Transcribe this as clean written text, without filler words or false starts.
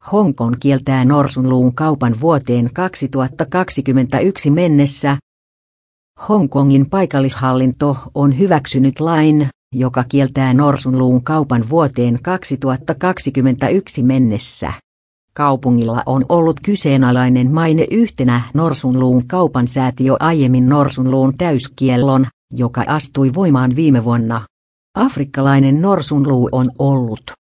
Hongkong kieltää norsunluun kaupan vuoteen 2021 mennessä. Hongkongin paikallishallinto on hyväksynyt lain, joka kieltää norsunluun kaupan vuoteen 2021 mennessä. Kaupungilla on ollut kyseenalainen maine yhtenä norsunluun kaupan säätiö aiemmin norsunluun täyskiellon, joka astui voimaan viime vuonna. Afrikkalainen norsunluu on ollut